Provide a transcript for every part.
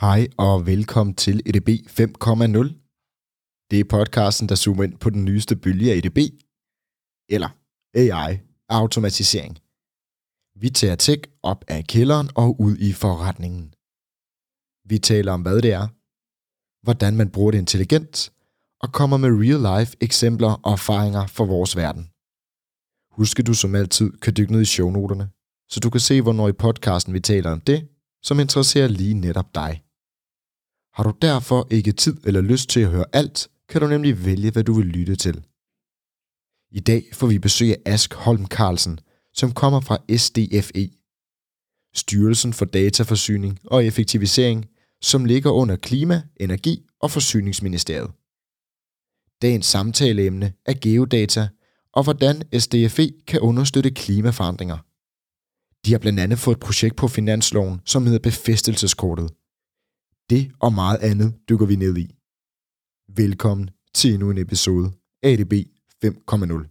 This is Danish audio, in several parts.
Hej og velkommen til EDB 5.0. Det er podcasten, der zoomer ind på den nyeste bølge af EDB, eller AI, automatisering. Vi tager tech op af kælderen og ud i forretningen. Vi taler om, hvad det er, hvordan man bruger det intelligent, og kommer med real-life eksempler og erfaringer fra vores verden. Husk, at du som altid kan dykke ned i shownoterne, så du kan se, hvornår i podcasten vi taler om det, som interesserer lige netop dig. Har du derfor ikke tid eller lyst til at høre alt, kan du nemlig vælge, hvad du vil lytte til. I dag får vi besøg af Ask Holm Carlsen, som kommer fra SDFE, Styrelsen for Dataforsyning og Effektivisering, som ligger under Klima-, Energi- og Forsyningsministeriet. Dagens samtaleemne er geodata og hvordan SDFE kan understøtte klimaforandringer. De har blandt andet fået et projekt på finansloven, som hedder Befæstelseskortet. Det og meget andet dykker vi ned i. Velkommen til endnu en episode af EDB 5.0.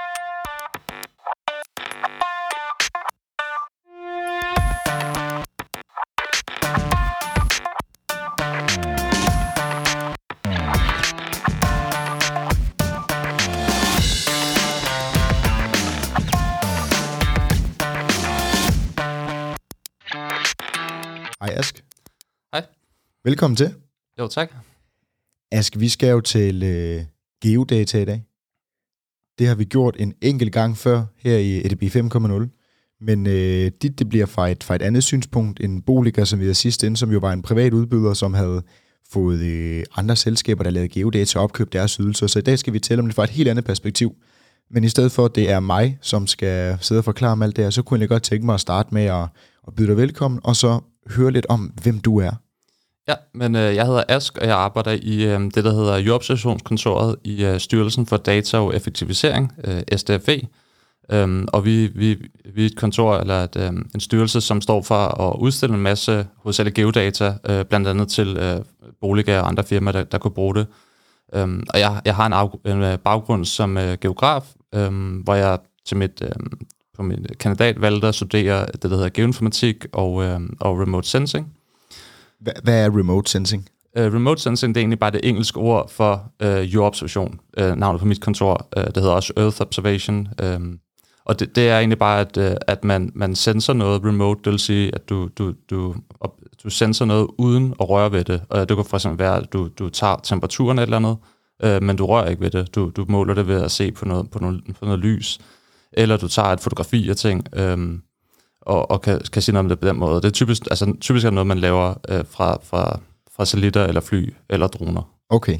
Hej Ask. Hej. Velkommen til. Jo, tak. Ask, vi skal jo til geodata i dag. Det har vi gjort en enkelt gang før her i EDB 5.0. Men det bliver fra et andet synspunkt end Boliga, som vi havde sidst inde, som jo var en privat udbyder, som havde fået andre selskaber, der lavede geodata og opkøbt deres ydelser. Så i dag skal vi tale om det fra et helt andet perspektiv. Men i stedet for, at det er mig, som skal sidde og forklare om alt det her, så kunne jeg godt tænke mig at starte med at byde dig velkommen, og så høre lidt om, hvem du er. Ja, men jeg hedder Ask, og jeg arbejder i det, der hedder Jordobservationskontoret i Styrelsen for Data og Effektivisering, SDFE. Og vi er et kontor, eller en styrelse, som står for at udstille en masse hovedsageligt geodata, blandt andet til Boliga og andre firmaer, der kunne bruge det. Og jeg har en baggrund som geograf, hvor jeg på min kandidat valgte at studere det, der hedder geoinformatik og remote sensing. Hvad er remote sensing? Remote sensing, det er egentlig bare det engelske ord for jordobservation. Navnet på mit kontor, det hedder også Earth Observation. Og det er egentlig bare, at man senser noget remote, det vil sige, at du senser noget uden at røre ved det. Og det kan for eksempel være, at du tager temperaturen eller andet, men du rører ikke ved det. Du måler det ved at se på noget lys. Eller du tager et fotografi af ting, og kan sige noget om det på den måde. Det er typisk er noget, man laver fra satellitter eller fly eller droner. Okay.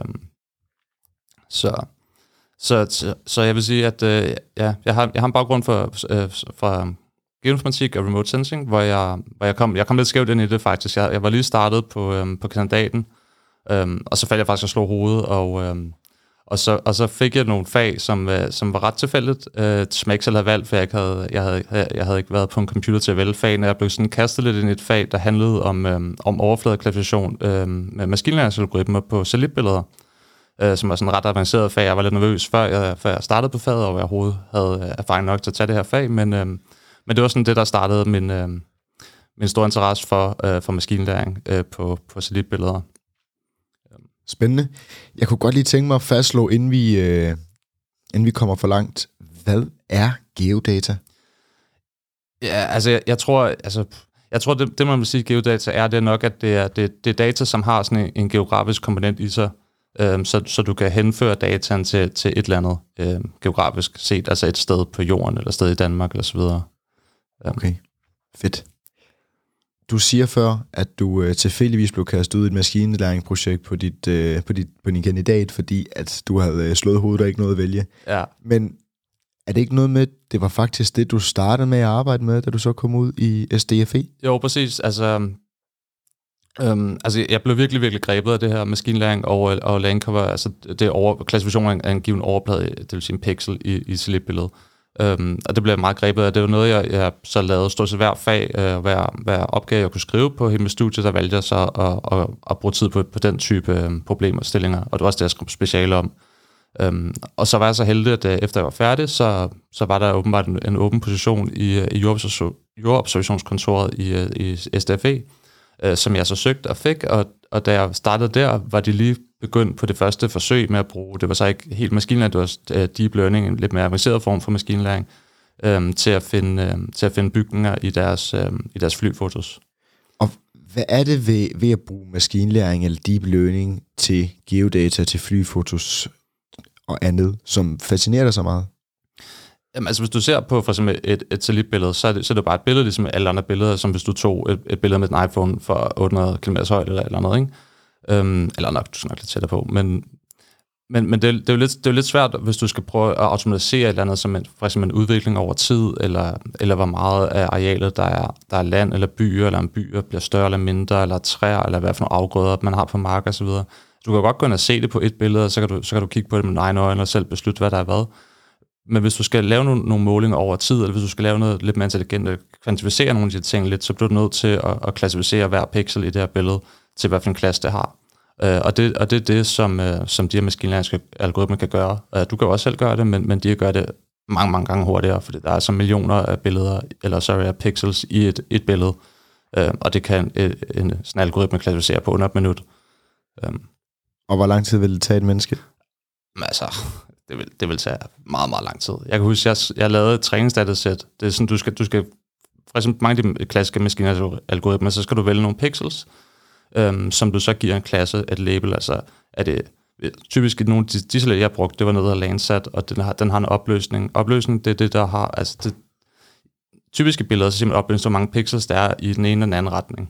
Så jeg vil sige, at jeg har en baggrund fra geoinformatik og remote sensing, hvor jeg kom lidt skævt ind i det faktisk. Jeg var lige startet på kandidaten, og så faldt jeg faktisk og slog hovedet, og så fik jeg nogle fag, som var ret tilfældigt, som jeg ikke selv havde valgt, for jeg havde ikke været på en computer til at vælge fagene. Jeg blev sådan kastet lidt ind i et fag, der handlede om overfladeklassifikation med maskinlæringsalgoritmer på satellitbilleder, som var sådan et ret avanceret fag. Jeg var lidt nervøs, før jeg startede på faget, og jeg overhovedet havde erfaring nok til at tage det her fag, men det var sådan det, der startede min store interesse for maskinlæring på satellitbilleder. Spændende. Jeg kunne godt lige tænke mig at fastslå, inden vi kommer for langt. Hvad er geodata? Ja, altså jeg tror det man vil sige geodata er, det er nok, at det er data, som har sådan en geografisk komponent i sig, så du kan henføre dataen til et eller andet geografisk set, altså et sted på jorden, eller et sted i Danmark, eller så videre. Okay, fedt. Du siger før, at du tilfældigvis blev kastet ud i et maskinlæringsprojekt på din kandidat, fordi at du havde slået hovedet og ikke noget at vælge. Ja. Men er det ikke noget med, det var faktisk det, du startede med at arbejde med, da du så kom ud i SDFE? Jo, præcis. Altså jeg blev virkelig, virkelig grebet af det her maskinlæring og landcover, altså det klassifikation af en given overflade, det vil sige en pixel i satellitbilledet. Og det blev meget grebet af. Det var noget, jeg så lavede stort set hver fag, hver opgave, jeg kunne skrive på hele mit studie, der valgte jeg så at bruge tid på den type problemer og stillinger, og det var også det, jeg skrev speciale om. Og så var jeg så heldig, at efter jeg var færdig, så var der åbenbart en åben position i jordobservationskontoret i SDFE, som jeg så søgte og fik, og da jeg startede der, var de lige begyndt på det første forsøg med at bruge, det var så ikke helt maskinlæring, det var deep learning, en lidt mere avanceret form for maskinlæring, til at finde bygninger i deres flyfotos. Og hvad er det ved at bruge maskinlæring eller deep learning til geodata, til flyfotos og andet, som fascinerer dig så meget? Jamen, altså hvis du ser på for eksempel et satellitbillede, så er det bare et billede, ligesom alle andre billeder, som hvis du tog et billede med en iPhone for 800 km højde eller noget, ikke? Eller nok, du skal nok lidt tættere på, men det er jo lidt svært, hvis du skal prøve at automatisere et eller andet, som for eksempel en udvikling over tid, eller hvor meget af arealet, der er land eller byer, eller en byer bliver større eller mindre, eller træer, eller hvad for nogle afgrøder, man har på marker osv. Du kan godt gå ind og se det på et billede, og så kan du kigge på det med egne øjne og selv beslutte, hvad der er hvad. Men hvis du skal lave nogle målinger over tid, eller hvis du skal lave noget lidt mere intelligent, og kvantificere nogle af de ting lidt, så bliver du nødt til at klassificere hver pixel i det her billede, til hvad for en klasse det har. Og det er det, som de her maskinlæringsalgoritmer kan gøre. Du kan jo også selv gøre det, men de kan gøre det mange, mange gange hurtigere, fordi der er så millioner af billeder, af pixels i et billede, og det kan en sådan algoritme klassificere på under et minut. Og hvor lang tid vil det tage et menneske? Altså, det vil tage meget, meget lang tid. Jeg kan huske, jeg lavede et træningsdatasæt. Det er sådan, du skal for eksempel mange af de klassiske maskinalgoritmer, så skal du vælge nogle pixels, som du så giver en klasse, et label. Altså, er det typisk nogle af de jeg har brugt, det var noget af Landsat, og den har en opløsning. Opløsning, det er det, der har, altså det typiske billeder, så simpelthen opløsning, så mange pixels, der er i den ene eller den anden retning.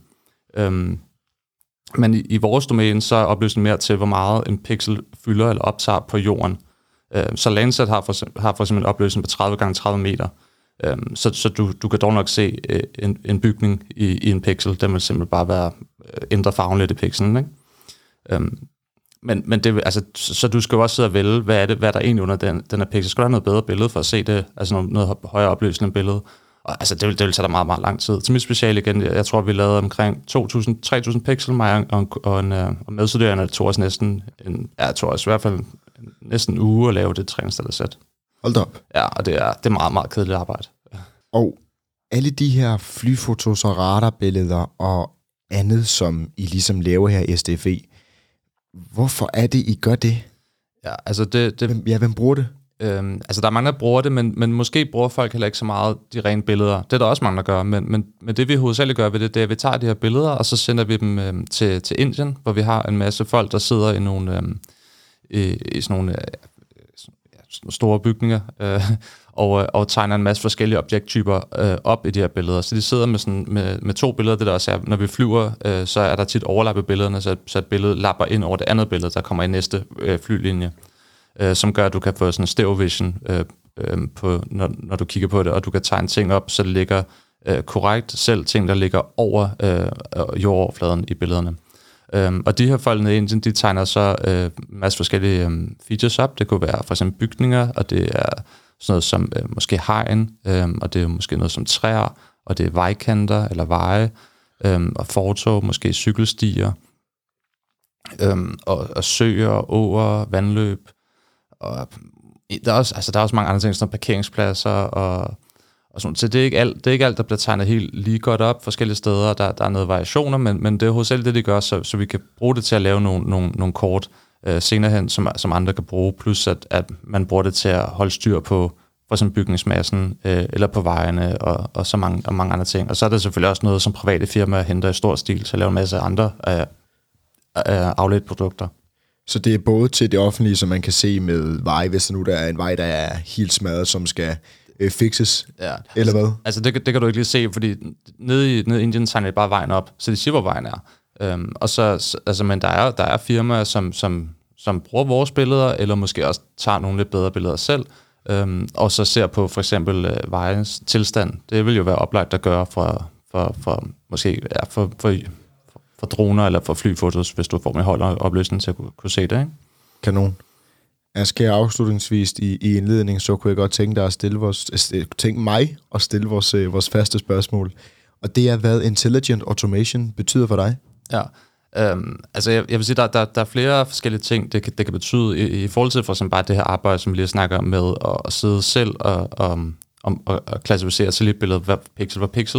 Men i vores domæne, så er opløsningen mere til, hvor meget en pixel fylder eller optager på jorden. Så Landsat har for eksempel en opløsning på 30 gange 30 meter. Så du kan dog nok se en bygning i en pixel. Den vil simpelthen bare være ændre farven lidt i pixelen, ikke? Men det, altså, så du skal jo også sidde og vælge, hvad er der egentlig under den her pixel. Skal du have noget bedre billede for at se det? Altså noget højere opløsende billede. Og altså, det vil tage dig meget, meget lang tid. Til mit speciale igen, jeg tror, vi lavede omkring 2.000-3.000 pixel, mig og medstuderende, det tog os næsten i hvert fald næsten en uge at lave det træningsdatasæt. Hold op. Ja, og det er meget, meget kedeligt arbejde. Og alle de her flyfotos og radarbilleder og andet, som I ligesom laver her i SDFE, hvorfor er det, I gør det? Ja, altså hvem bruger det? Altså der er mange, der bruger det, men måske bruger folk heller ikke så meget de rene billeder. Det er der også mange, der gør, men det vi hovedsageligt gør ved det, er, at vi tager de her billeder, og så sender vi dem til Indien, hvor vi har en masse folk, der sidder i nogle i sådan nogle store bygninger, og tegner en masse forskellige objekttyper op i de her billeder. Så de sidder med to billeder, det der også er, når vi flyver, så er der tit overlap i billederne, så et billede lapper ind over det andet billede, der kommer i næste flylinje, som gør, at du kan få sådan en stereo vision når du kigger på det, og du kan tegne ting op, så det ligger korrekt, selv ting, der ligger over jordoverfladen i billederne. Og de her folk nede i Indien, de tegner så en masse forskellige features op. Det kunne være for eksempel bygninger, og det er sådan noget som måske hegn, og det er måske noget som træer, og det er vejkanter eller veje, og fortov, måske cykelstier, og søer, åer, vandløb. Og der er også mange andre ting, som parkeringspladser og sådan. Så det er ikke alt, der bliver tegnet helt lige godt op forskellige steder. Der er noget variationer, men det er hovedsageligt det, de gør, så vi kan bruge det til at lave nogle kort senere hen, som andre kan bruge, plus at man bruger det til at holde styr på for eksempel bygningsmassen, eller på vejene, og så mange andre ting. Og så er der selvfølgelig også noget, som private firmaer henter i stor stil, til at lave en masse andre afledte produkter. Så det er både til det offentlige, som man kan se med veje, hvis nu der er en vej, der er helt smadret, som skal fixes, ja, eller hvad? Altså det kan du ikke lige se, fordi nede i Indien tegner de bare vejen op, så de siger, hvor vejen er. Og så, altså, men der er firmaer, som bruger vores billeder, eller måske også tager nogle lidt bedre billeder selv, og så ser på for eksempel vejens tilstand. Det vil jo være oplagt at gøre for måske for droner eller for flyfotos, hvis du får med højere opløsning til at kunne se det, ikke? Kanon. Jeg skal afslutningsvis i indledning, så kunne jeg godt tænke mig at stille vores faste spørgsmål. Og det er, hvad intelligent automation betyder for dig? Ja, altså jeg vil sige, der er flere forskellige ting, det kan betyde i forhold til for eksempel bare det her arbejde, som vi lige snakker med, at sidde selv og klassificere satellitbilledet pixel for pixel.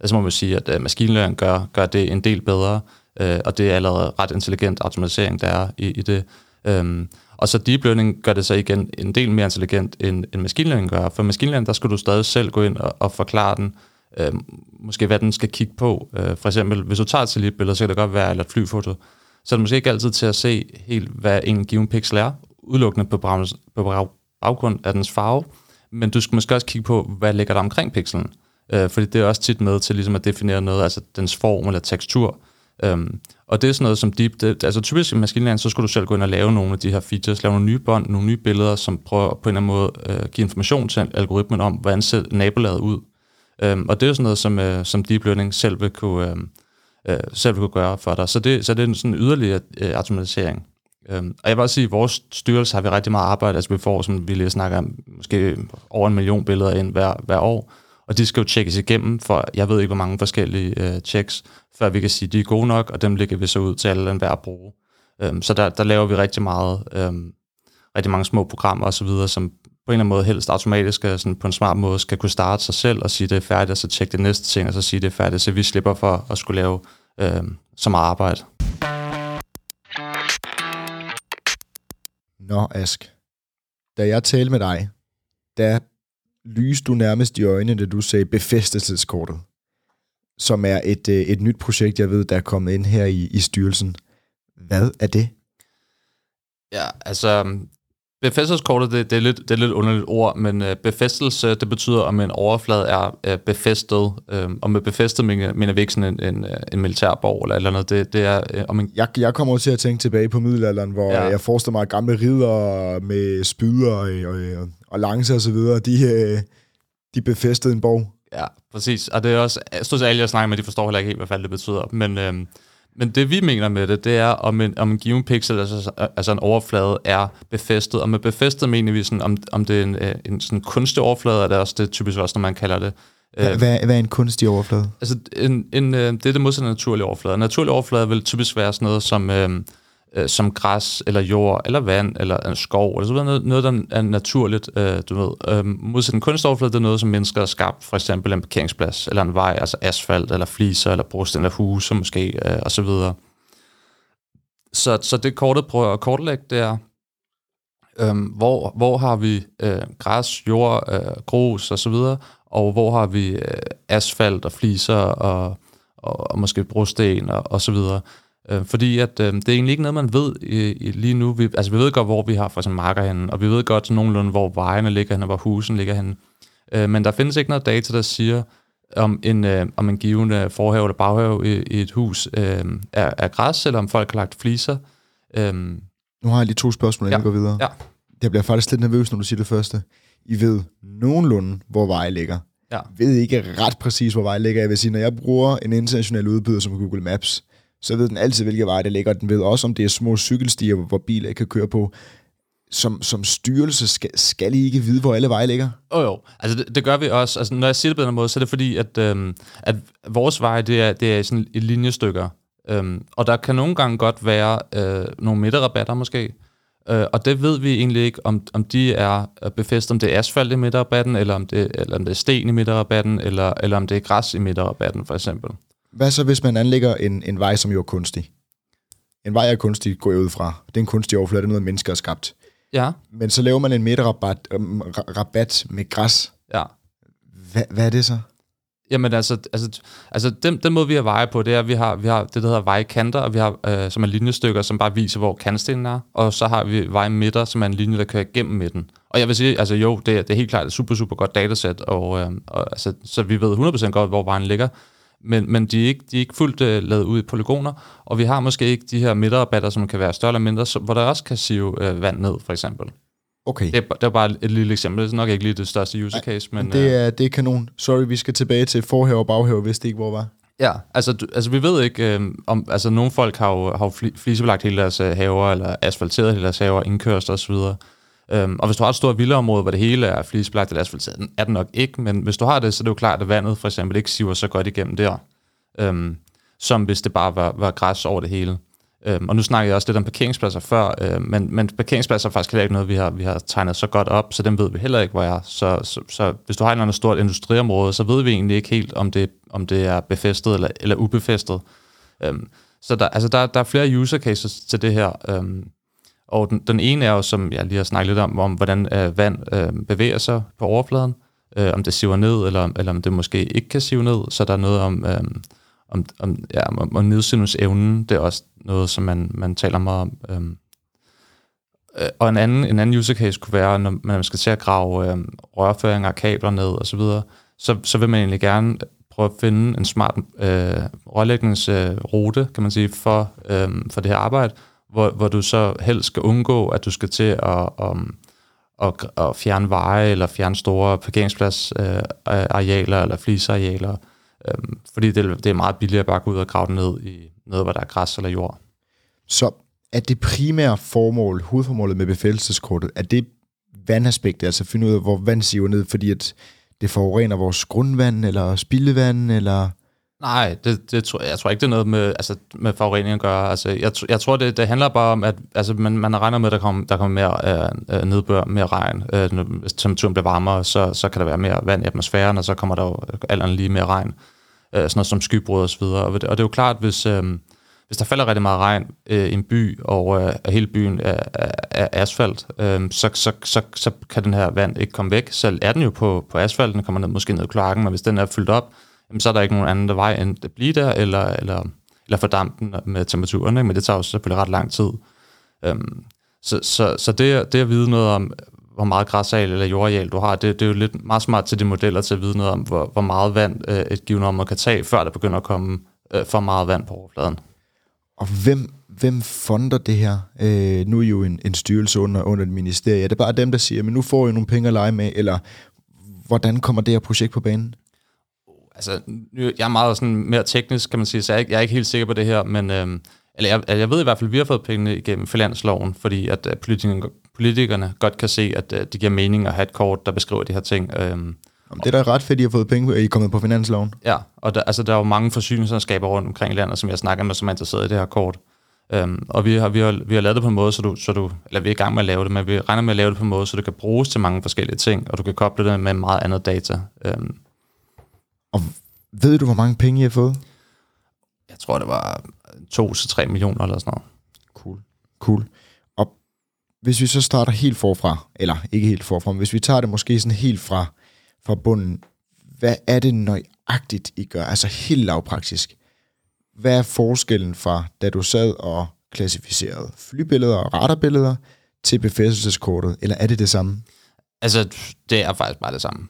så må man sige, at machine learning gør det en del bedre, og det er allerede ret intelligent automatisering, der er i det. Og så deep learning gør det så igen en del mere intelligent, end machine learning gør. For machine learning, der skal du stadig selv gå ind og forklare den, måske hvad den skal kigge på. For eksempel, hvis du tager et satellitbillede, så kan det godt være, eller et flyfoto, så er det måske ikke altid til at se helt, hvad en given pixel er, udelukkende på baggrund af dens farve, men du skal måske også kigge på, hvad ligger der omkring pixelen. Fordi det er også tit med til ligesom at definere noget, altså dens form eller tekstur. Og det er sådan noget som altså typisk i machine learning, så skulle du selv gå ind og lave nogle af de her features, lave nogle nye bånd, nogle nye billeder, som prøver på en eller anden måde give information til algoritmen om, hvordan ser nabolaget ud. Og det er jo sådan noget, som deep learning selv vil kunne gøre for dig. Så det er en sådan yderligere automatisering. Og jeg vil også sige, at i vores styrelse har vi rigtig meget arbejde, altså vi får, som vi lige snakker om, måske over 1 million billeder ind hver år, og de skal jo tjekkes igennem, for jeg ved ikke, hvor mange forskellige checks, før vi kan sige, at de er gode nok, og dem lægger vi så ud til alle enhver at bruge. Så der laver vi rigtig mange små programmer og så videre, som på en eller anden måde helst automatisk sådan på en smart måde skal kunne starte sig selv og sige, det er færdigt, og så tjekke det næste ting, og så sige, det er færdigt, så vi slipper for at skulle lave så meget arbejde. Nå, Ask. Da jeg talte med dig, der lyste du nærmest i øjnene, da du sagde befæstelseskortet, som er et nyt projekt, jeg ved, der er kommet ind her i styrelsen. Hvad er det? Ja, altså befæstelseskortet, det er lidt underligt ord, men befæstelse, det betyder, om en overflade er befæstet, og med befæstet mener vi ikke sådan en militærborg eller noget. Det er om en... Jeg kommer til at tænke tilbage på middelalderen, hvor jeg forestiller mig gamle riddere med spyder og lancer og så videre, de befæstede en borg. Ja, præcis. Og det er også, stort set alle, jeg snakker med, de forstår heller ikke helt, hvad det betyder. Men det vi mener med det er, om en given pixel, altså en overflade, er befæstet. Og med befæstet mener vi sådan, om det er en sådan kunstig overflade, og det er også det typisk også, når man kalder det. Hvad er en kunstig overflade? Altså det er det modsatte af naturlig overflade. En naturlig overflade vil typisk være sådan noget som græs, eller jord, eller vand, eller en skov, eller så videre. Noget, der er naturligt, du ved. Modsat en kunstoverflade, det er noget, som mennesker har skabt, for eksempel en parkeringsplads, eller en vej, altså asfalt, eller fliser, eller brosten, eller huse, måske, og så videre. Så det kortet prøver at kortlægge, det er, hvor har vi græs, jord, grus, og så videre, og hvor har vi asfalt, og fliser, og måske brosten, og så videre. Fordi at det er egentlig ikke noget, man ved lige nu. Vi ved godt, hvor vi har for eksempel marker henne, og vi ved godt nogenlunde, hvor vejene ligger henne, og hvor husen ligger henne. Men der findes ikke noget data, der siger, om en given forhave eller baghave i et hus er græs, eller om folk har lagt fliser. Nu har jeg lige 2 spørgsmål, inden vi går videre. Ja. Jeg bliver faktisk lidt nervøs, når du siger det første. I ved nogenlunde, hvor veje ligger. Ja. Ved ikke ret præcis, hvor veje ligger. Jeg vil sige, når jeg bruger en international udbyder som Google Maps, så ved den altid, hvilke veje det ligger. Den ved også, om det er små cykelstier, hvor biler ikke kan køre på. Som styrelse skal I ikke vide, hvor alle veje ligger? Jo. Altså det gør vi også. Altså, når jeg siger det på den måde, så er det fordi, at vores veje, det er sådan i linjestykker. Og der kan nogle gange godt være nogle midterrabatter måske. Og det ved vi egentlig ikke, om de er befæstet, om det er asfalt i midterrabatten, eller om det er sten i midterrabatten, eller om det er græs i midterrabatten, for eksempel. Hvad så, hvis man anlægger en vej, som jo er kunstig? En vej er kunstig, går jeg ud fra. Det er en kunstig overflade, det er noget, mennesker har skabt. Ja. Men så laver man en midterrabat med græs. Ja. Hvad er det så? Jamen altså den måde, vi har veje på, det er, at vi har det, der hedder vejkanter, og vi har, som er linjestykker, som bare viser, hvor kantstenen er. Og så har vi vejmidter, som er en linje, der kører igennem midten. Og jeg vil sige, altså jo, det er helt klart et super, super godt datasæt, og altså, så vi ved 100% godt, hvor vejen ligger. Men de er ikke fuldt lavet ud i polygoner, og vi har måske ikke de her midterrabatter, som kan være større eller mindre, hvor der også kan sive vand ned, for eksempel. Okay. Det er bare et lille eksempel. Det er nok ikke lige det største use case, men... Det er kanon. Sorry, vi skal tilbage til forhave og baghave, hvis det ikke hvor var. Ja, altså vi ved ikke, om... Altså nogle folk har jo flisebelagt hele deres haver, eller asfalteret hele deres haver, indkørsler osv., og hvis du har et stort villaområde, hvor det hele er flisebelagt eller asfalteret, er det nok ikke, men hvis du har det, så er det jo klart, at vandet for eksempel ikke siver så godt igennem der, som hvis det bare var græs over det hele. Og nu snakker jeg også lidt om parkeringspladser før, men parkeringspladser er faktisk heller ikke noget, vi har tegnet så godt op, så dem ved vi heller ikke, hvor er. Så hvis du har et eller andet stort industriområde, så ved vi egentlig ikke helt, om det er befæstet eller ubefæstet. Så der er flere use cases til det her. Og den ene er jo, som jeg lige har snakket lidt om hvordan vand bevæger sig på overfladen. Om det siver ned, eller om det måske ikke kan sive ned. Så der er noget om nedsivningsevnen. Det er også noget, som man taler meget om. Og en anden use case kunne være, når man skal til at grave rørføringer og kabler ned osv., så vil man egentlig gerne prøve at finde en smart rørlægningsrute, kan man sige, for det her arbejde, hvor du så helst skal undgå, at du skal til at fjerne veje eller fjerne store parkeringspladsarealer eller flisearealer, fordi det er meget billigere bare at gå ud og grave det ned i noget, hvor der er græs eller jord. Så er det primære hovedformålet med befæstelseskortet, er det vandaspektet, altså finde ud af, hvor vand siver ned, fordi at det forurener vores grundvand eller spildevand, eller? Nej, jeg tror ikke, det er noget med forurening at gøre. Altså, jeg tror, det handler bare om, at altså, man regner med, at der kommer mere nedbør, mere regn. Hvis temperaturen bliver varmere, så kan der være mere vand i atmosfæren, og så kommer der jo alt andet lige mere regn. Sådan noget som skybrud og så videre. Og det er jo klart, hvis der falder rigtig meget regn i en by, og hele byen er asfalt, så kan den her vand ikke komme væk. Så er den jo på asfalten, den kommer måske ned i kloakken, men hvis den er fyldt op, så er der ikke nogen anden vej end at blive der, eller fordampe den med temperaturen, ikke? Men det tager jo selvfølgelig ret lang tid. Så det at vide noget om, hvor meget græsareal eller jordareal du har, det er jo lidt meget smart til de modeller til at vide noget om, hvor meget vand et givet område kan tage, før der begynder at komme for meget vand på overfladen. Og hvem fonder det her? Nu er jo en styrelse under et ministerie. Er det bare dem, der siger, men nu får I nogle penge at lege med, eller hvordan kommer det her projekt på banen? Altså, jeg er meget sådan mere teknisk, kan man sige, så jeg er ikke helt sikker på det her, men jeg ved i hvert fald, at vi har fået pengene igennem finansloven, fordi at politikerne godt kan se, at det giver mening at have et kort, der beskriver de her ting. Det er da ret fedt, at I har fået penge, at I er kommet på finansloven. Ja, og der er jo mange forsyningsselskaber rundt omkring i landet, som jeg snakker med, som er interesseret i det her kort. Og vi har lavet det på en måde, eller vi er i gang med at lave det, men vi regner med at lave det på en måde, så det kan bruges til mange forskellige ting, og du kan koble det med meget andet data. Og ved du, hvor mange penge I har fået? Jeg tror, det var 2-3 millioner eller sådan noget. Cool. Og hvis vi så starter helt forfra, eller ikke helt forfra, men hvis vi tager det måske sådan helt fra bunden, hvad er det nøjagtigt, I gør? Altså helt lavpraktisk. Hvad er forskellen fra, da du sad og klassificerede flybilleder og radarbilleder, til befæstelseskortet, eller er det det samme? Altså, det er faktisk bare det samme.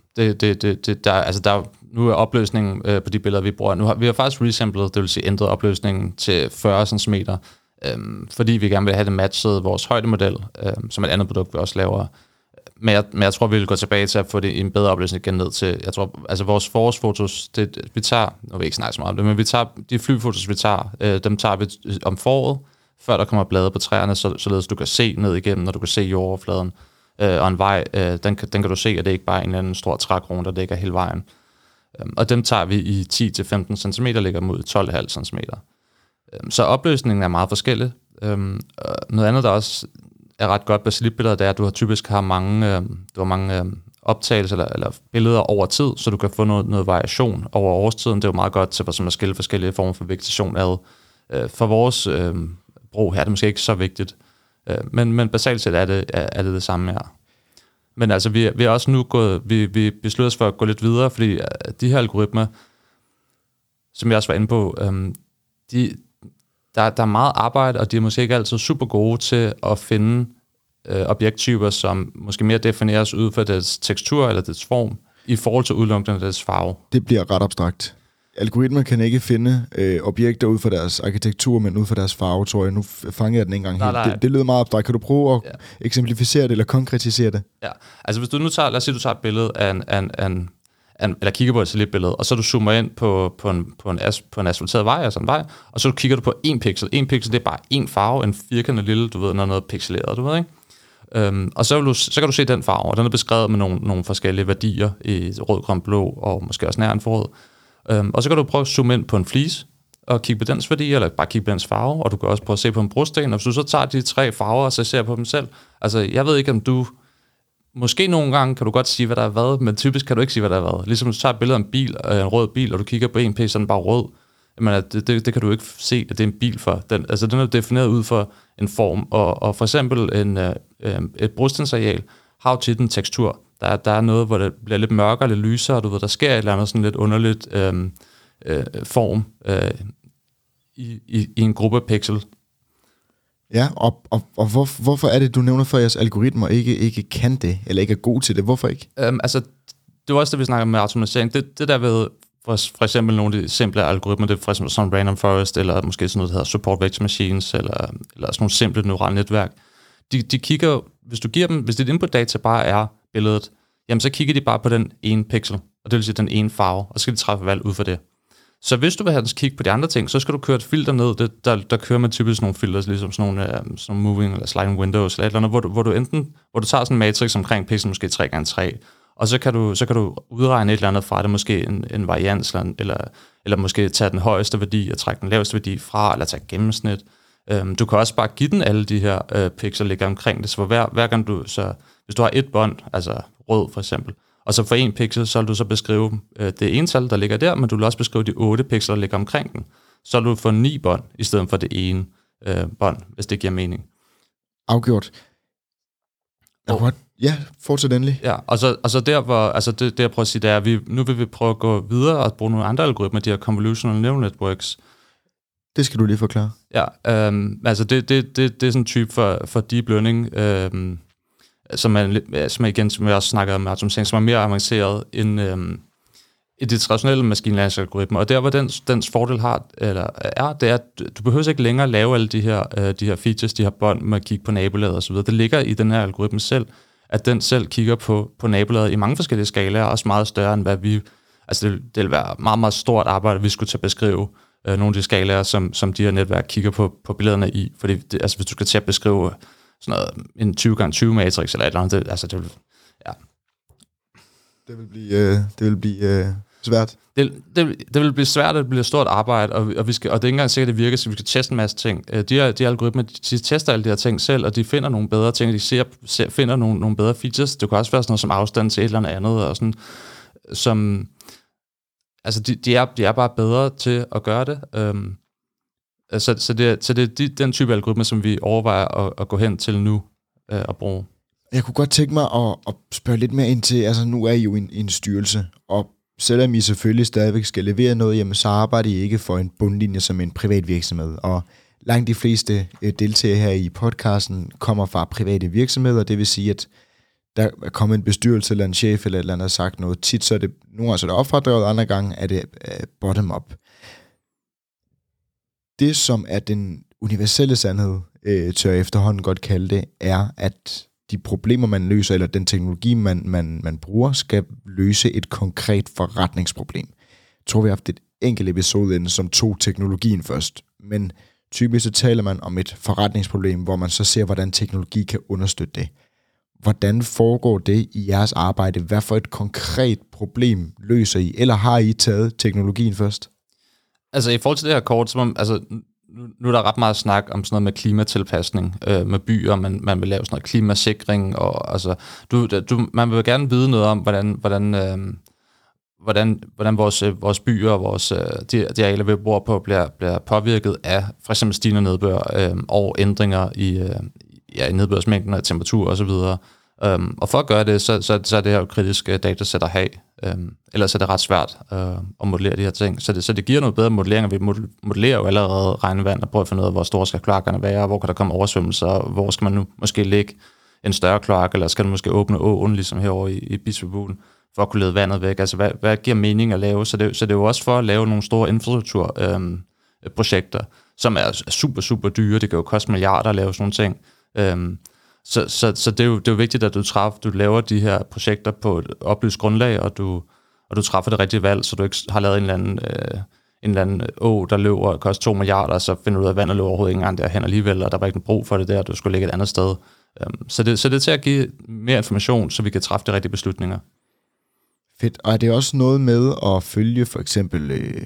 Nu er opløsningen på de billeder, vi bruger. Vi har faktisk resampled, det vil sige ændret opløsningen til 40 cm, fordi vi gerne vil have det matchet vores højdemodel, som et andet produkt, vi også laver. Men jeg tror, vi vil gå tilbage til at få det i en bedre opløsning igen ned til, jeg tror, altså vores forårsfotos, vi tager, nu vil jeg ikke snakke så meget om det, men vi tager, de flyfotos, vi tager, dem tager vi om foråret, før der kommer blade på træerne, således du kan se ned igennem, når du kan se jordoverfladen. Og en vej, den kan du se, at det ikke bare er en eller anden stor trækrone, der dækker hele vejen. Og dem tager vi i 10-15 cm, ligger mod 12,5 cm. Så opløsningen er meget forskellig. Noget andet, der også er ret godt ved slipbilleder, det er, at du typisk har mange optagelser eller billeder over tid, så du kan få noget variation over årstiden. Det er jo meget godt til at skille forskellige former for vegetation ad. For vores brug her er det måske ikke så vigtigt. Men basalt set er det samme her. Men altså, vi er også nu vi beslutter os for at gå lidt videre, fordi de her algoritmer, som jeg også var inde på, der er meget arbejde, og de er måske ikke altid super gode til at finde objekttyper, som måske mere defineres ud fra deres tekstur eller deres form, i forhold til udelukkende deres farve. Det bliver ret abstrakt. Algoritmer kan ikke finde objekter ud fra deres arkitektur, men ud fra deres farve, tror jeg. Nu fanger jeg den ikke engang helt. Det lyder meget abstrakt. Kan du prøve at eksemplificere det eller konkretisere det? Ja, altså hvis du nu tager, lad os sige, du tager et billede af eller kigger på et satellitbillede, og så du zoomer ind på en asfalteret vej, altså en vej, og så kigger du på en pixel. En pixel, det er bare en farve, en firkantet lille, du ved, noget pixeleret, du ved, ikke? Og så kan du se den farve, og den er beskrevet med nogle forskellige værdier i rød, grøn, blå, og måske også nær infrarød. Og så kan du prøve at zoome ind på en flise, og kigge på dens værdi, eller bare kigge på dens farve, og du kan også prøve at se på en brosten, og hvis du så tager de 3 farver, og så ser på dem selv, altså jeg ved ikke, om du, måske nogle gange kan du godt sige, hvad der er hvad, men typisk kan du ikke sige, hvad der er hvad. Ligesom hvis du tager et billede af en bil, en rød bil, og du kigger på en page, så er den bare rød, men det kan du ikke se, at det er en bil for. Den er defineret ud for en form, og for eksempel et brostensreal har jo tit en tekstur. Der er noget, hvor det bliver lidt mørkere, lidt lysere, og du ved, der sker et eller andet sådan lidt underligt form i en gruppe pixel. Ja, og hvorfor er det, du nævner for, at jeres algoritmer ikke kan det, eller ikke er gode til det? Hvorfor ikke? Altså, det var også det, vi snakker med automatisering. Det der ved, for eksempel nogle af de simple algoritmer, det er for eksempel sådan random forest, eller måske sådan noget, der hedder support vector machines, eller sådan nogle simple neurale netværk. De kigger, hvis dit input data bare er billedet, jamen så kigger de bare på den ene pixel, og det vil sige den ene farve, og så skal de træffe valg ud fra det. Så hvis du vil have den kigge på de andre ting, så skal du køre et filter ned. Der kører man typisk nogle filter, ligesom sådan nogle moving eller sliding windows, eller et eller andet, hvor du tager sådan en matrix omkring pixel, måske 3x3, og så kan du udregne et eller andet fra det, måske en varians, eller måske tage den højeste værdi og trække den laveste værdi fra, eller tage gennemsnit. Du kan også bare give den alle de her pixel, ligger omkring det, så hver gang hvis du har et bånd, altså rød for eksempel, og så for en pixel, så vil du så beskrive det ene tal, der ligger der, men du vil også beskrive de 8 pixler, der ligger omkring den. Så vil du få 9 bånd, i stedet for det ene bånd, hvis det giver mening. Afgjort. Ja, fortsæt endelig. Ja, og så der, hvor, altså det jeg prøver at sige, det er, nu vil vi prøve at gå videre og bruge nogle andre algoritmer, de her convolutional neural networks. Det skal du lige forklare. Ja, altså det er sådan en type for deep learning, som jeg også snakkede om automatisering, som er mere avanceret end de traditionelle maskinlæringsalgoritmer. Og der, hvor dens fordel det er, at du behøver ikke længere lave alle de her features, de her bånd med at kigge på nabolaget og så videre. Det ligger i den her algoritme selv, at den selv kigger på nabolaget i mange forskellige skalaer, også meget større end hvad vi... Altså det vil være meget, meget stort arbejde, at vi skulle til at beskrive nogle af de skalaer, som de her netværk kigger på billederne i. Fordi hvis du skal til at beskrive sådan noget, en 20x20 matrix eller et eller andet, det vil... Ja. Det vil blive svært. Det vil blive svært, det bliver et stort arbejde, og det er ikke engang sikkert, at det virker, så vi skal teste en masse ting. De algoritmer, de tester alle de her ting selv, og de finder nogle bedre ting, de finder nogle bedre features. Det kan også være sådan noget som afstand til et eller andet, og sådan, som... Altså, de er bare bedre til at gøre det. Så det er den type algoritmer, som vi overvejer at gå hen til nu og bruge. Jeg kunne godt tænke mig at spørge lidt mere ind til, altså nu er I jo en styrelse, og selvom I selvfølgelig stadigvæk skal levere noget, jamen så arbejder I ikke for en bundlinje som en privat virksomhed. Og langt de fleste deltagere her i podcasten kommer fra private virksomheder, det vil sige, at der er kommet en bestyrelse eller en chef eller et eller andet og sagt noget. Tit så er det, nogle gange så er det opfordret, andre gange er det bottom-up. Det, som er den universelle sandhed, tør jeg efterhånden godt kalde det, er, at de problemer, man løser, eller den teknologi, man bruger, skal løse et konkret forretningsproblem. Jeg tror, vi har haft et enkelt episode inden, som tog teknologien først. Men typisk så taler man om et forretningsproblem, hvor man så ser, hvordan teknologi kan understøtte det. Hvordan foregår det i jeres arbejde? Hvad for et konkret problem løser I? Eller har I taget teknologien først? Altså i forhold til det her kort, så nu er der ret meget snak om sådan noget med klimatilpasning med byer, man vil lave sådan noget klimasikring, og altså man vil gerne vide noget om, hvordan vores byer og de arealer, vi bor på, bliver påvirket af for eksempel stigende nedbør og ændringer i nedbørsmængden og temperatur og så videre. Og for at gøre det, så er det her jo kritiske datasæt at have. Ellers er det ret svært at modellere de her ting. Så det giver noget bedre modellering. Vi modellerer jo allerede regnvand og prøver at finde ud af, hvor store skal kloakkerne være, hvor kan der komme oversvømmelser, hvor skal man nu måske lægge en større kloak, eller skal man måske åbne åen, ligesom herovre i Bispebuen, for at kunne lede vandet væk. Altså, hvad giver mening at lave? Så det er jo også for at lave nogle store infrastrukturprojekter, som er super, super dyre. Det kan jo koste milliarder at lave sådan nogle ting. Så det er jo vigtigt, at du laver de her projekter på et oplyst grundlag, og du træffer det rigtige valg, så du ikke har lavet en eller anden å, der løber og koster 2 milliarder, og så finder du ud af, at vandet løber overhovedet ikke engang derhen alligevel, og der var ikke brug for det der, du skulle ligge et andet sted. Så det er til at give mere information, så vi kan træffe de rigtige beslutninger. Fedt. Og er det også noget med at følge for eksempel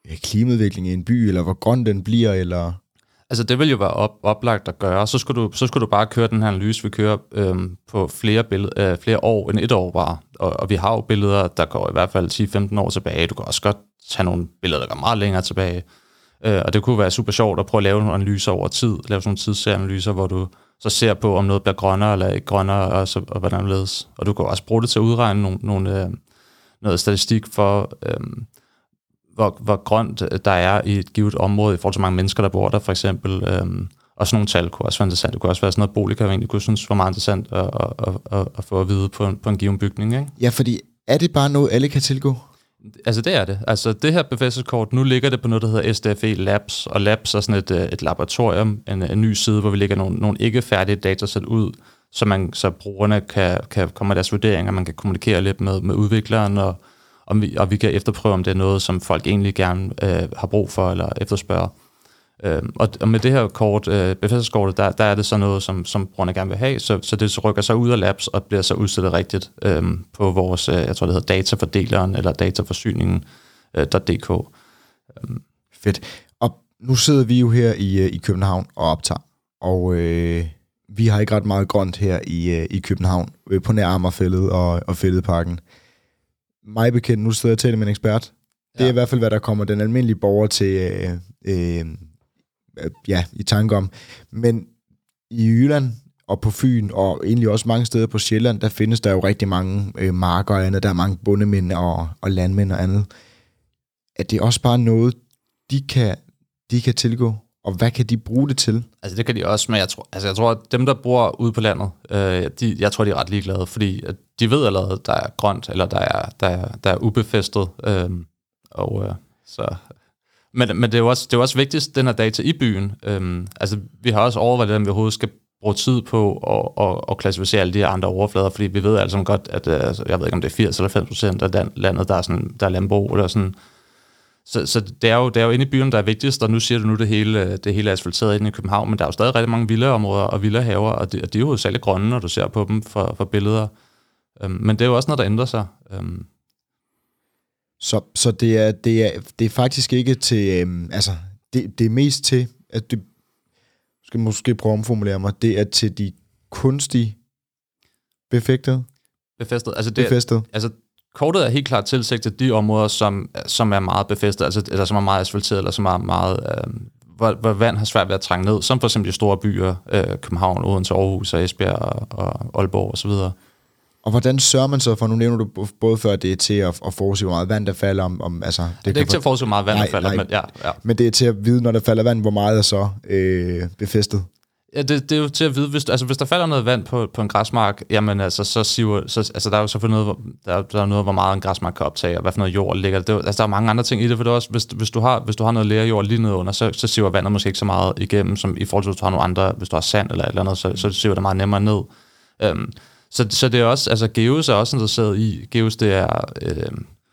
klimaudvikling i en by, eller hvor grøn den bliver, eller... Altså det vil jo være oplagt at gøre. Så skulle du bare køre den her analyse, vi kører på flere år end et år bare. Og vi har jo billeder, der går i hvert fald 10-15 år tilbage. Du kan også godt tage nogle billeder, der går meget længere tilbage. Og det kunne være super sjovt at prøve at lave nogle analyser over tid. Lave sådan nogle tidsanalyser, hvor du så ser på, om noget bliver grønnere eller ikke grønnere, og hvordan det ledes. Og du kan også bruge det til at udregne noget statistik for... Hvor grønt der er i et givet område i forhold til mange mennesker, der bor der, for eksempel. Og sådan nogle tal kunne også være interessant. Det kunne også være sådan noget bolig, kan jeg egentlig kunne synes var meget interessant at få at vide på en given bygning. Ikke? Ja, fordi er det bare noget, alle kan tilgå? Altså det er det. Altså det her befæstelseskort, nu ligger det på noget, der hedder SDFE Labs, og Labs er sådan et laboratorium, en ny side, hvor vi lægger nogle ikke færdige datasæt ud, så brugerne kan komme med deres vurderinger, man kan kommunikere lidt med udvikleren, og vi kan efterprøve, om det er noget, som folk egentlig gerne har brug for eller efterspørger. Og med det her kort, befæstelseskortet, der er det så noget, som brugerne gerne vil have, så det rykker sig ud af Labs og bliver så udstillet rigtigt på vores, jeg tror det hedder datafordeleren eller dataforsyningen.dk. Fedt. Og nu sidder vi jo her i København og optager, og vi har ikke ret meget grønt her i København, på nær Amagerfælled og Fælledparken. Mig bekendt, nu sidder jeg og taler med en ekspert. Det er i hvert fald, hvad der kommer den almindelige borger til i tanke om. Men i Jylland og på Fyn, og egentlig også mange steder på Sjælland, der findes der jo rigtig mange marker og andet. Der er mange bondemænd og landmænd og andet. Er det også bare noget, de kan tilgå? Og hvad kan de bruge det til? Altså det kan de også, men jeg tror at dem, der bor ude på landet, jeg tror, de er ret ligeglade, fordi de ved allerede, der er grønt, eller der er ubefæstet. Men det er jo også vigtigst, den her data i byen. Altså vi har også overvejet, at vi overhovedet skal bruge tid på at klassificere alle de her andre overflader, fordi vi ved altså godt, at jeg ved ikke, om det er 80 eller 90% af landet, der er landbrug, eller sådan. Så det er jo inde i byen, der er vigtigst, og nu siger du det hele er asfalteret inde i København, men der er jo stadig rigtig mange villaområder og villahaver, og de er jo særlig grønne, når du ser på dem for billeder. Men det er jo også noget, der ændrer sig. Så det er faktisk ikke til, det er mest til, at det skal måske prøve at omformulere mig, det er til de kunstige befæstede. Altså kortet er helt klart tilsigtet de områder, som er meget befæstet, eller som er meget asfalteret, eller som er meget, hvor vand har svært ved at trænge ned, som for eksempel de store byer, København, Odense, Aarhus og Esbjerg og Aalborg osv. Og hvordan sørger man så for, nu nævner du både før, det er til at forudsige, hvor meget vand der falder det er ikke til at forudsige, hvor meget vand der falder, men ja. Men det er til at vide, når der falder vand, hvor meget er så befæstet. Ja, det er jo til at vide, hvis der falder noget vand på en græsmark, jamen der er jo selvfølgelig noget, der er noget, hvor meget en græsmark kan optage, og hvad for noget jord ligger der. Der er mange andre ting i det, for det er også, hvis du har noget lerjord lige nede under, så siver vandet måske ikke så meget igennem, som i forhold til, hvis du har nogle andre, hvis du har sand eller et eller andet, så siver det meget nemmere ned. Så det er også, altså Geos er også interesseret i, Geos det er, jeg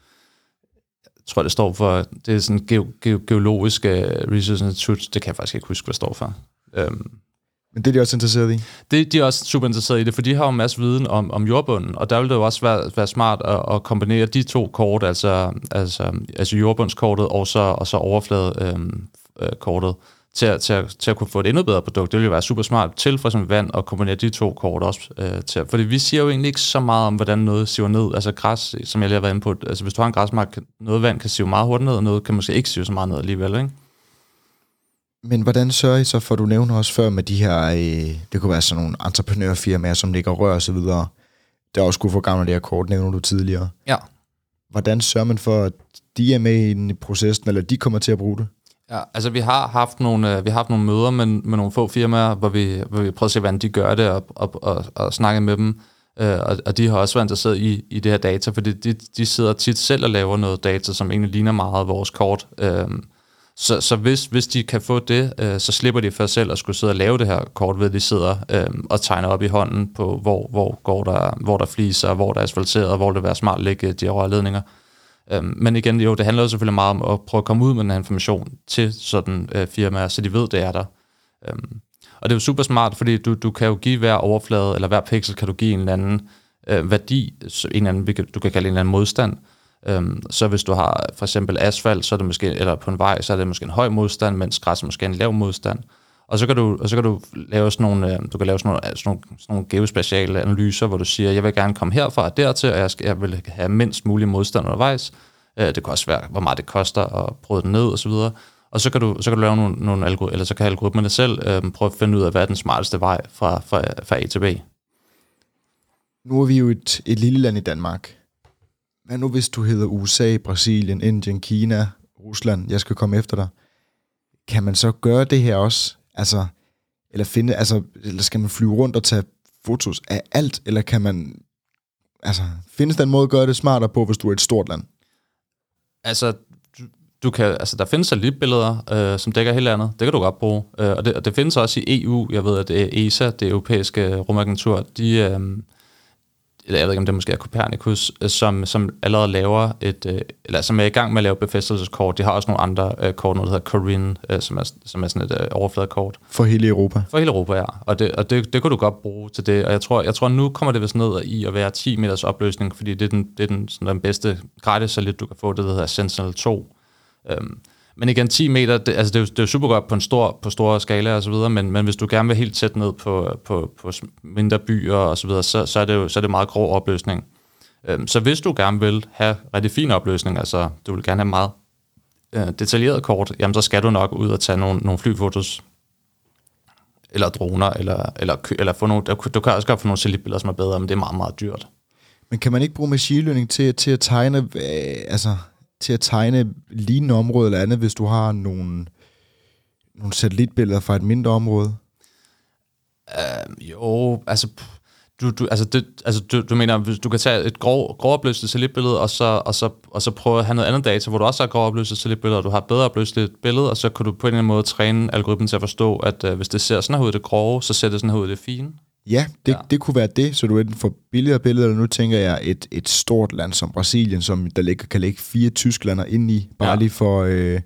tror det står for, det er sådan geologisk research institute, det kan jeg faktisk ikke huske, hvad det står for. Men det er de også interesseret i? De er også super interesseret i det, for de har jo en masse viden om jordbunden, og der vil det jo også være smart at kombinere de to kort, altså jordbundskortet og så overfladekortet, til at kunne få et endnu bedre produkt. Det vil jo være super smart til for eksempel vand og kombinere de to kort også fordi vi siger jo egentlig ikke så meget om, hvordan noget siver ned. Altså græs, som jeg lige har været inde på, altså hvis du har en græsmark, noget vand kan sive meget hurtigt ned, og noget kan måske ikke sive så meget ned alligevel, ikke? Men hvordan sørger I så for, du nævner også før med de her, det kunne være sådan nogle entreprenørfirmaer, som ligger rør og så videre, der også kunne få gavn af det her kort, nævner du tidligere. Ja. Hvordan sørger man for, at de er med i processen, eller de kommer til at bruge det? Ja, altså vi har haft nogle møder med nogle få firmaer, hvor vi prøver at se, hvordan de gør det, og snakke med dem. Og de har også været interesseret i det her data, fordi de sidder tit selv og laver noget data, som egentlig ligner meget vores kort. Så hvis de kan få det, så slipper de for selv at skulle sidde og lave det her kort, ved at de sidder og tegner op i hånden på, hvor der fliser, hvor der er asfalteret, hvor det vil være smart at lægge de rørledninger. Men igen, jo, det handler jo selvfølgelig meget om at prøve at komme ud med den her information til sådan firmaer, så de ved, det er der. Og det er jo super smart, fordi du kan jo give hver overflade, eller hver pixel kan du give en eller anden værdi, du kan kalde en eller anden modstand. Så hvis du har for eksempel asfalt, så er det måske, eller på en vej, så er det måske en høj modstand, mens græs er måske en lav modstand. Og så kan du lave sådan nogle geospatiale analyser, hvor du siger, jeg vil gerne komme herfra og dertil, og jeg vil have mindst mulig modstand undervejs. Det kan også være, hvor meget det koster at bryde den ned og så videre. Og så kan du lave nogle algoritmer, eller så kan algoritmerne selv prøve at finde ud af, hvad er den smarteste vej fra A til B. Nu er vi jo et lille land i Danmark. Hvad nu hvis du hedder USA, Brasilien, Indien, Kina, Rusland, jeg skal komme efter dig. Kan man så gøre det her også? Altså, eller skal man flyve rundt og tage fotos af alt, eller kan man, findes der en måde at gøre det smartere på, hvis du er et stort land? Altså, der findes satellitbilleder, som dækker hele landet. Det kan du godt bruge. Og det findes også i EU. Jeg ved, at ESA, det europæiske rumagentur, jeg ved ikke, om det måske er Copernicus, som allerede laver som er i gang med at lave befæstelseskort. De har også nogle andre kort, noget der hedder Corinne, som er sådan et overfladekort. For hele Europa? For hele Europa, ja. Og det kunne du godt bruge til det. Og jeg tror nu kommer det vist ned i at være 10 meters opløsning, fordi det er den bedste gratis satellit, du kan få, det hedder Sentinel-2. Men igen, 10 meter, det er jo super godt på store skala og så videre, men hvis du gerne vil helt tæt ned på mindre byer og så videre, så er det meget grov opløsning. Så hvis du gerne vil have rigtig fin opløsning, altså du vil gerne have meget detaljeret kort, jamen så skal du nok ud og tage nogle flyfotos, eller droner, eller få nogle, du kan også godt få nogle satellitbilleder, som er bedre, men det er meget, meget dyrt. Men kan man ikke bruge machine learning til at tegne, til at tegne lignende område eller andet, hvis du har nogle satellitbilleder fra et mindre område? Jo, altså du mener, hvis du kan tage et grovopløst satellitbillede, og så prøve at have noget andet data, hvor du også har grovopløst satellitbilleder, og du har bedre opløst billede, og så kan du på en eller anden måde træne algoritmen til at forstå, at hvis det ser sådan her ud det grove, så ser det sådan her ud det fine. Ja, det kunne være det, så du enten får billigere billeder, eller nu tænker jeg et stort land som Brasilien, som der kan ligge 4 Tysklander inde i, bare lige for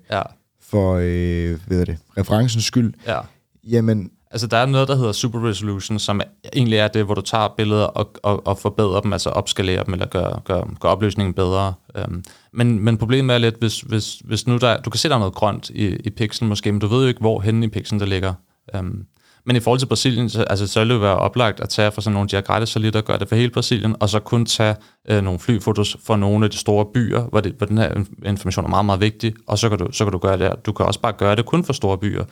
referencens skyld. Ja. Jamen, altså der er noget, der hedder super resolution, som egentlig er det, hvor du tager billeder og forbedrer dem, altså opskalerer dem, eller gør opløsningen bedre. Men problemet er lidt, hvis nu du kan se, der er noget grønt i pixelen måske, men du ved jo ikke, hvor henne i pixelen der ligger. Men i forhold til Brasilien, så vil det jo være oplagt at tage for sådan nogle af de her gratis satellitter, gøre det for hele Brasilien, og så kun tage nogle flyfotos for nogle af de store byer, hvor den her information er meget, meget vigtig, og så kan du gøre det. Du kan også bare gøre det kun for store byer.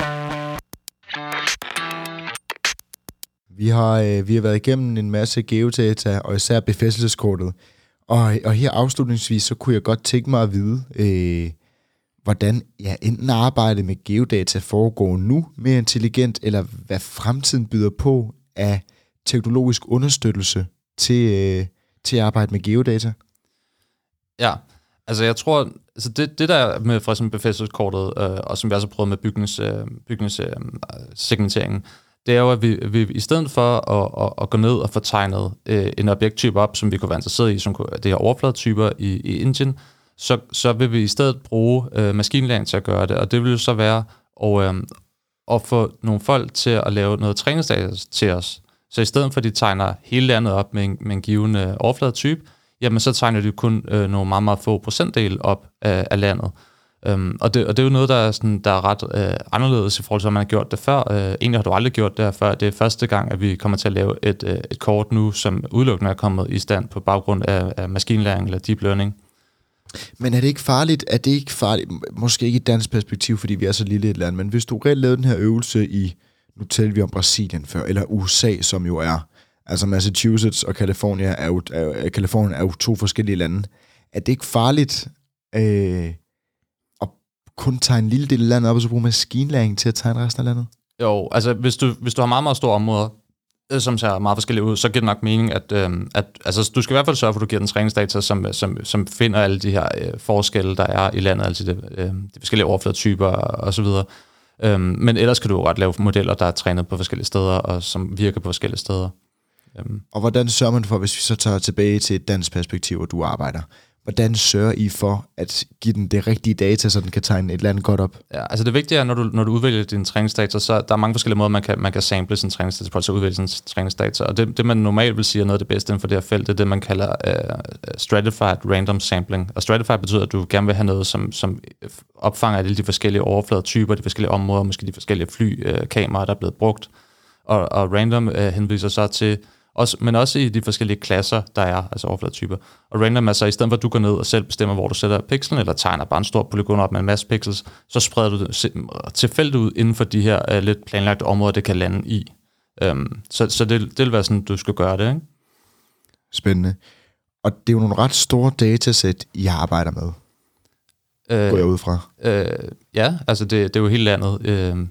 Vi har været igennem en masse geodata, og især befæstelseskortet. Og her afslutningsvis, så kunne jeg godt tænke mig at vide, hvordan enten arbejdet med geodata foregår nu mere intelligent, eller hvad fremtiden byder på af teknologisk understøttelse til at arbejde med geodata. Ja, altså jeg tror, det der er med for eksempel befæstelseskortet, og som vi også har prøvet med bygningssegmenteringen, det er jo, at vi i stedet for at gå ned og få tegnet en objekttype op, som vi kunne være interesseret i, som det her overfladetyper i Indien, så vil vi i stedet bruge maskinlæring til at gøre det, og det vil jo så være at få nogle folk til at lave noget træningsdata til os. Så i stedet for, at de tegner hele landet op med en givende overfladetype, jamen så tegner de kun nogle meget, meget få procentdel op af landet. Og det er jo noget, der er ret anderledes i forhold til, at man har gjort det før. Egentlig har du aldrig gjort det her før. Det er første gang, at vi kommer til at lave et kort nu, som udelukkende er kommet i stand på baggrund af maskinlæring eller deep learning. Men er det ikke farligt? Måske ikke i et dansk perspektiv, fordi vi er så lille et land, men hvis du reelt lavede den her øvelse i, nu talte vi om Brasilien før, eller USA, som jo er, altså Massachusetts og Californien er jo 2 forskellige lande. Er det ikke farligt at kun tegne en lille del af landet op, og så bruge maskinlæring til at tegne resten af landet? Jo, altså hvis du har meget, meget store områder, som ser meget forskellige ud, så giver det nok mening, at altså, du skal i hvert fald sørge for, at du giver den træningsdata, som finder alle de her forskelle, der er i landet, altså de forskellige overfladetyper og så videre. Men ellers kan du jo godt lave modeller, der er trænet på forskellige steder, og som virker på forskellige steder. Og hvordan sørger man for, hvis vi så tager tilbage til et dansk perspektiv, hvor du arbejder, hvordan sørger I for at give den det rigtige data, så den kan tegne et eller andet godt op? Ja, altså det vigtige er, når du udvælger din træningsdata, så der er mange forskellige måder, man kan sample sin træningsdata på, så udvælge sin træningsdata. Og det man normalt vil sige er noget af det bedste inden for det her felt, det er det, man kalder stratified random sampling. Og stratified betyder, at du gerne vil have noget, som opfanger alle de forskellige overfladetyper, de forskellige områder, måske de forskellige kameraer, der er blevet brugt. Og random henviser så til men også i de forskellige klasser, der er, altså overfladetyper. Og random er så, i stedet for at du går ned og selv bestemmer, hvor du sætter pixelen, eller tegner bare en stor polygon op med en masse pixels, så spreder du det tilfældigt ud inden for de her lidt planlagte områder, det kan lande i. Så det vil være sådan, du skal gøre det, ikke? Spændende. Og det er jo nogle ret store datasæt, I arbejder med. Går jeg ud fra? Ja, altså det er jo hele landet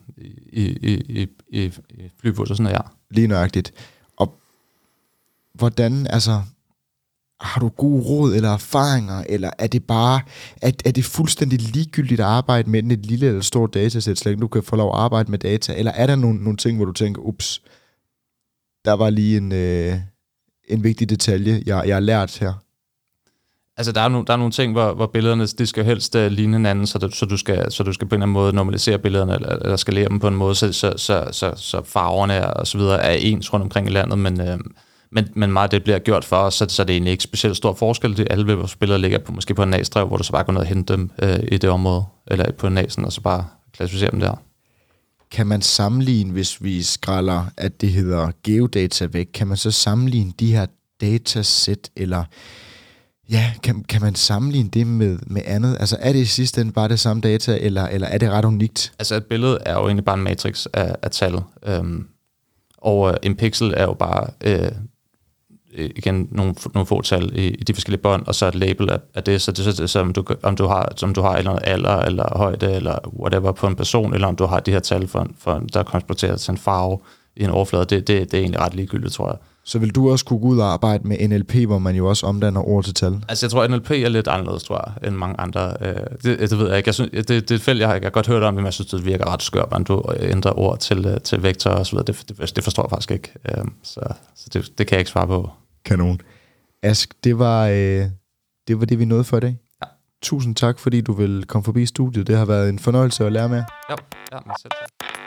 i Flyvås og sådan noget, ja. Lige nøjagtigt. Hvordan, altså, har du gode råd eller erfaringer, eller er det bare, er det fuldstændig ligegyldigt at arbejde med et lille eller stort datasæt, så længe du kan få lov at arbejde med data, eller er der nogle ting, hvor du tænker, ups, der var lige en vigtig detalje, jeg har lært her? Altså, der er nogle ting, hvor billederne, de skal helst ligne hinanden, så du skal på en eller anden måde normalisere billederne, eller skalere dem på en måde, så farverne og så videre er ens rundt omkring i landet, men meget af det bliver gjort for os, så det er egentlig ikke specielt stor forskel. Alle vores billeder ligger måske på en NAS-drev, hvor du så bare går ned og henter dem i det område, eller på NAS'en, og så bare klassificere dem der. Kan man sammenligne, hvis vi skræller, at det hedder geodata væk, kan man så sammenligne de her datasæt, eller ja, kan man sammenligne det med andet? Altså er det i sidste ende bare det samme data, eller er det ret unikt? Altså et billede er jo egentlig bare en matrix af tal, og en pixel er jo bare igen nogle få tal i de forskellige bånd, og så et label af det, så det er så om du har eller noget alder, eller højde, eller whatever på en person, eller om du har de her tal, der er transporteret til en farve i en overflade, det er egentlig ret ligegyldigt, tror jeg. Så vil du også kunne gå ud og arbejde med NLP, hvor man jo også omdanner ord til tal? Altså jeg tror, at NLP er lidt anderledes, tror jeg, end mange andre. Det ved jeg ikke. Jeg synes, det er et felt, jeg har godt hørt om, men jeg synes, det virker ret skørt, når du ændrer ord til vektor og så videre. Det forstår jeg faktisk ikke. Så det kan jeg ikke svare på. Kanon. Ask, det var det, vi nåede for i dag. Ja. Tusind tak, fordi du vil komme forbi studiet. Det har været en fornøjelse at lære med. Ja, men selv tak.